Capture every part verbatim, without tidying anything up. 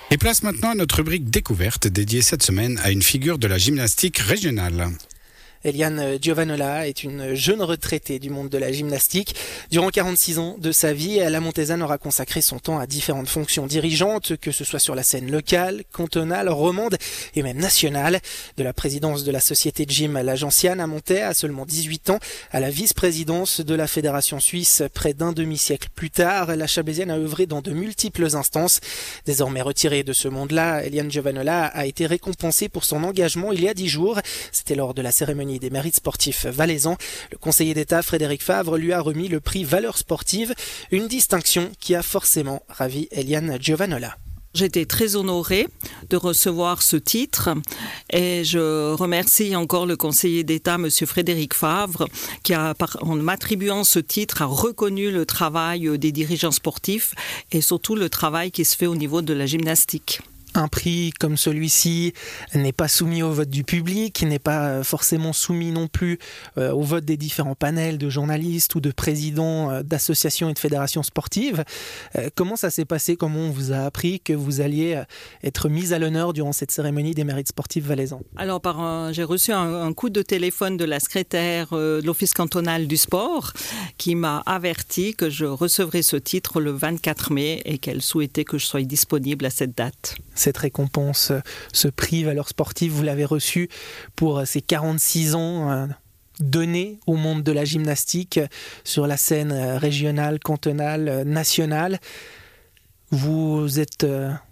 Et place maintenant à notre rubrique découverte dédiée cette semaine à une figure de la gymnastique régionale. Eliane Giovanola est une jeune retraitée du monde de la gymnastique. Durant quarante-six ans de sa vie, la Montaisanne aura consacré son temps à différentes fonctions dirigeantes, que ce soit sur la scène locale, cantonale, romande et même nationale. De la présidence de la société de gym La Gentiane à Montaix à seulement dix-huit ans, à la vice-présidence de la Fédération suisse près d'un demi-siècle plus tard, la Chablaisienne a œuvré dans de multiples instances. Désormais retirée de ce monde-là, Eliane Giovanola a été récompensée pour son engagement il y a dix jours. C'était lors de la cérémonie des mérites sportifs valaisans. Le conseiller d'État Frédéric Favre lui a remis le prix Valeurs sportives, une distinction qui a forcément ravi Eliane Giovanola. J'étais très honorée de recevoir ce titre et je remercie encore le conseiller d'État, M. Frédéric Favre, qui, a, en m'attribuant ce titre, a reconnu le travail des dirigeants sportifs et surtout le travail qui se fait au niveau de la gymnastique. Un prix comme celui-ci n'est pas soumis au vote du public, n'est pas forcément soumis non plus euh, au vote des différents panels de journalistes ou de présidents euh, d'associations et de fédérations sportives. Euh, comment ça s'est passé? Comment on vous a appris que vous alliez euh, être mise à l'honneur durant cette cérémonie des mérites sportifs valaisans? Alors, par un, j'ai reçu un, un coup de téléphone de la secrétaire euh, de l'Office cantonal du sport qui m'a averti que je recevrais ce titre le vingt-quatre mai et qu'elle souhaitait que je sois disponible à cette date. Cette récompense, ce prix Valeurs sportives, vous l'avez reçu pour ces quarante-six ans donnés au monde de la gymnastique sur la scène régionale, cantonale, nationale. Vous êtes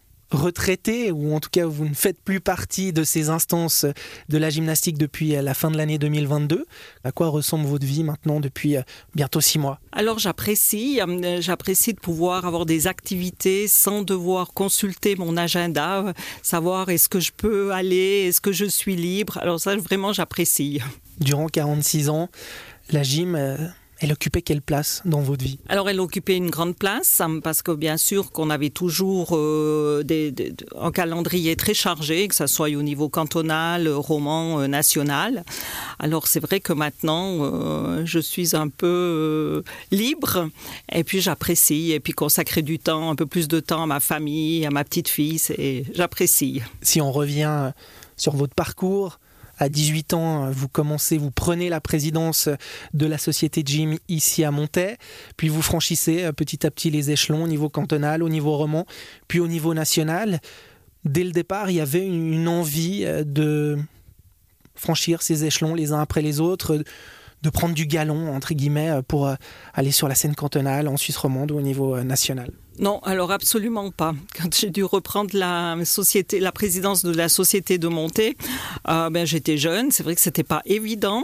retraité, ou en tout cas vous ne faites plus partie de ces instances de la gymnastique depuis la fin de l'année deux mille vingt-deux. À quoi ressemble votre vie maintenant depuis bientôt six mois? Alors j'apprécie, j'apprécie de pouvoir avoir des activités sans devoir consulter mon agenda, savoir est-ce que je peux aller, est-ce que je suis libre. Alors ça vraiment j'apprécie. Durant quarante-six ans, la gym... Euh... Elle occupait quelle place dans votre vie? Alors, elle occupait une grande place parce que, bien sûr, qu'on avait toujours euh, des, des, un calendrier très chargé, que ce soit au niveau cantonal, roman, euh, national. Alors, c'est vrai que maintenant, euh, je suis un peu euh, libre et puis j'apprécie. Et puis, consacrer du temps, un peu plus de temps à ma famille, à ma petite fille, c'est, j'apprécie. Si on revient sur votre parcours... À dix-huit ans, vous commencez, vous prenez la présidence de la société de gym ici à Montaix, puis vous franchissez petit à petit les échelons au niveau cantonal, au niveau roman, puis au niveau national. Dès le départ, il y avait une envie de franchir ces échelons les uns après les autres, de prendre du galon, entre guillemets, pour aller sur la scène cantonale, en Suisse romande ou au niveau national. Non, alors absolument pas. Quand j'ai dû reprendre la société, la présidence de la société de Montaix, euh, ben j'étais jeune. C'est vrai que c'était pas évident.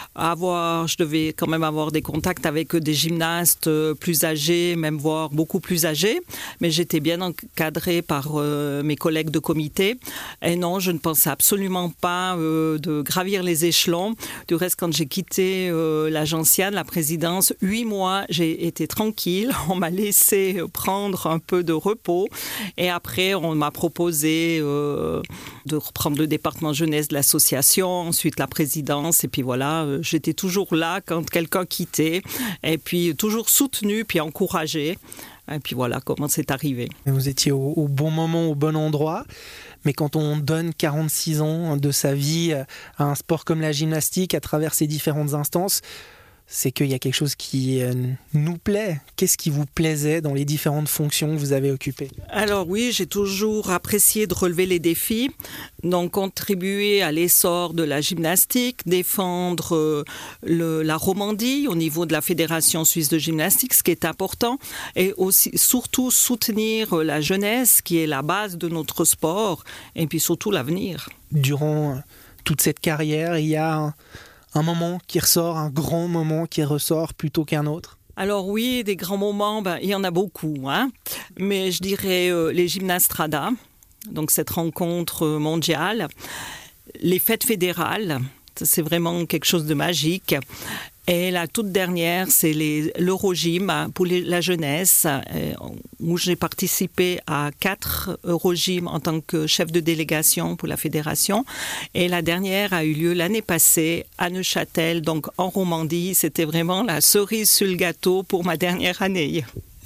Avoir, je devais quand même avoir des contacts avec des gymnastes plus âgés, même voire beaucoup plus âgés. Mais j'étais bien encadrée par euh, mes collègues de comité. Et non, je ne pensais absolument pas euh, de gravir les échelons. Du reste, quand j'ai quitté euh, la Gentiane, la présidence, huit mois, j'ai été tranquille. On m'a laissé prendre un peu de repos et après on m'a proposé euh, de reprendre le département jeunesse de l'association, ensuite la présidence et puis voilà, euh, j'étais toujours là quand quelqu'un quittait et puis toujours soutenue puis encouragée et puis voilà comment c'est arrivé. Vous étiez au, au bon moment, au bon endroit. Mais quand on donne quarante-six ans de sa vie à un sport comme la gymnastique à travers ses différentes instances, c'est qu'il y a quelque chose qui nous plaît. Qu'est-ce qui vous plaisait dans les différentes fonctions que vous avez occupées? Alors oui, j'ai toujours apprécié de relever les défis, donc contribuer à l'essor de la gymnastique, défendre le, la Romandie au niveau de la Fédération suisse de gymnastique, ce qui est important, et aussi surtout soutenir la jeunesse qui est la base de notre sport, et puis surtout l'avenir. Durant toute cette carrière, il y a un... Un moment qui ressort, un grand moment qui ressort plutôt qu'un autre? Alors oui, des grands moments, ben, il y en a beaucoup. Hein. Mais je dirais euh, les Gymnastrada, donc cette rencontre mondiale, les fêtes fédérales, c'est vraiment quelque chose de magique. Et la toute dernière, c'est les, l'Eurogym pour les, la jeunesse, euh, où j'ai participé à quatre Eurogym en tant que chef de délégation pour la fédération. Et la dernière a eu lieu l'année passée à Neuchâtel, donc en Romandie. C'était vraiment la cerise sur le gâteau pour ma dernière année.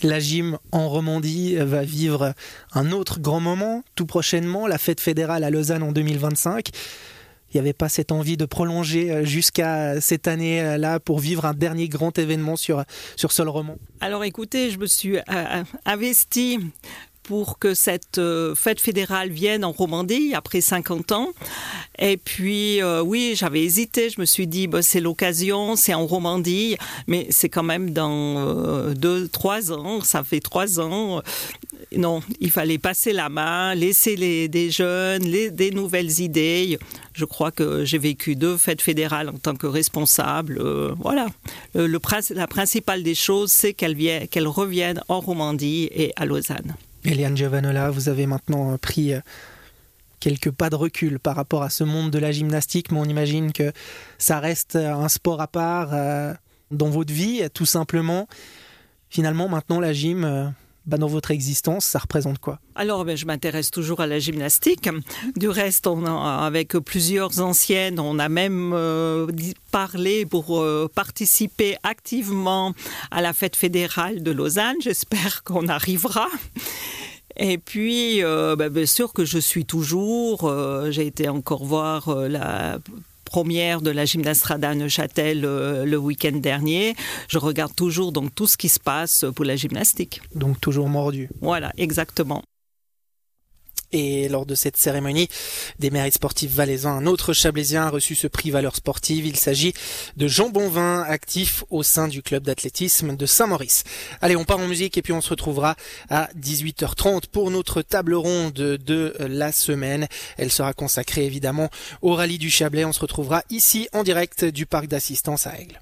La gym en Romandie va vivre un autre grand moment tout prochainement, la fête fédérale à Lausanne en deux mille vingt-cinq. Il n'y avait pas cette envie de prolonger jusqu'à cette année-là pour vivre un dernier grand événement sur, sur sol romand? Alors écoutez, je me suis euh, investie pour que cette euh, fête fédérale vienne en Romandie après cinquante ans. Et puis, euh, oui, j'avais hésité. Je me suis dit, bah, c'est l'occasion, c'est en Romandie, mais c'est quand même dans euh, deux, trois ans. Ça fait trois ans. Non, il fallait passer la main, laisser les, des jeunes, les, des nouvelles idées. Je crois que j'ai vécu deux fêtes fédérales en tant que responsable. Euh, voilà. Le, le, la principale des choses, c'est qu'elles, viennent, qu'elles reviennent en Romandie et à Lausanne. Eliane Giovanola, vous avez maintenant pris quelques pas de recul par rapport à ce monde de la gymnastique, mais on imagine que ça reste un sport à part euh, dans votre vie, tout simplement. Finalement, maintenant, la gym, euh, bah, dans votre existence, ça représente quoi? Alors, ben, je m'intéresse toujours à la gymnastique. Du reste, on a, avec plusieurs anciennes, on a même euh, parlé pour euh, participer activement à la fête fédérale de Lausanne. J'espère qu'on arrivera. Et puis, euh, ben, bien sûr que je suis toujours, euh, j'ai été encore voir euh, la première de la Gymnastrada à Neuchâtel euh, le week-end dernier. Je regarde toujours donc tout ce qui se passe pour la gymnastique. Donc toujours mordu. Voilà, exactement. Et lors de cette cérémonie des mérites sportifs valaisans, un autre Chablaisien a reçu ce prix valeur sportive. Il s'agit de Jean Bonvin, actif au sein du club d'athlétisme de Saint-Maurice. Allez, on part en musique et puis on se retrouvera à dix-huit heures trente pour notre table ronde de la semaine. Elle sera consacrée évidemment au rallye du Chablais. On se retrouvera ici en direct du parc d'assistance à Aigle.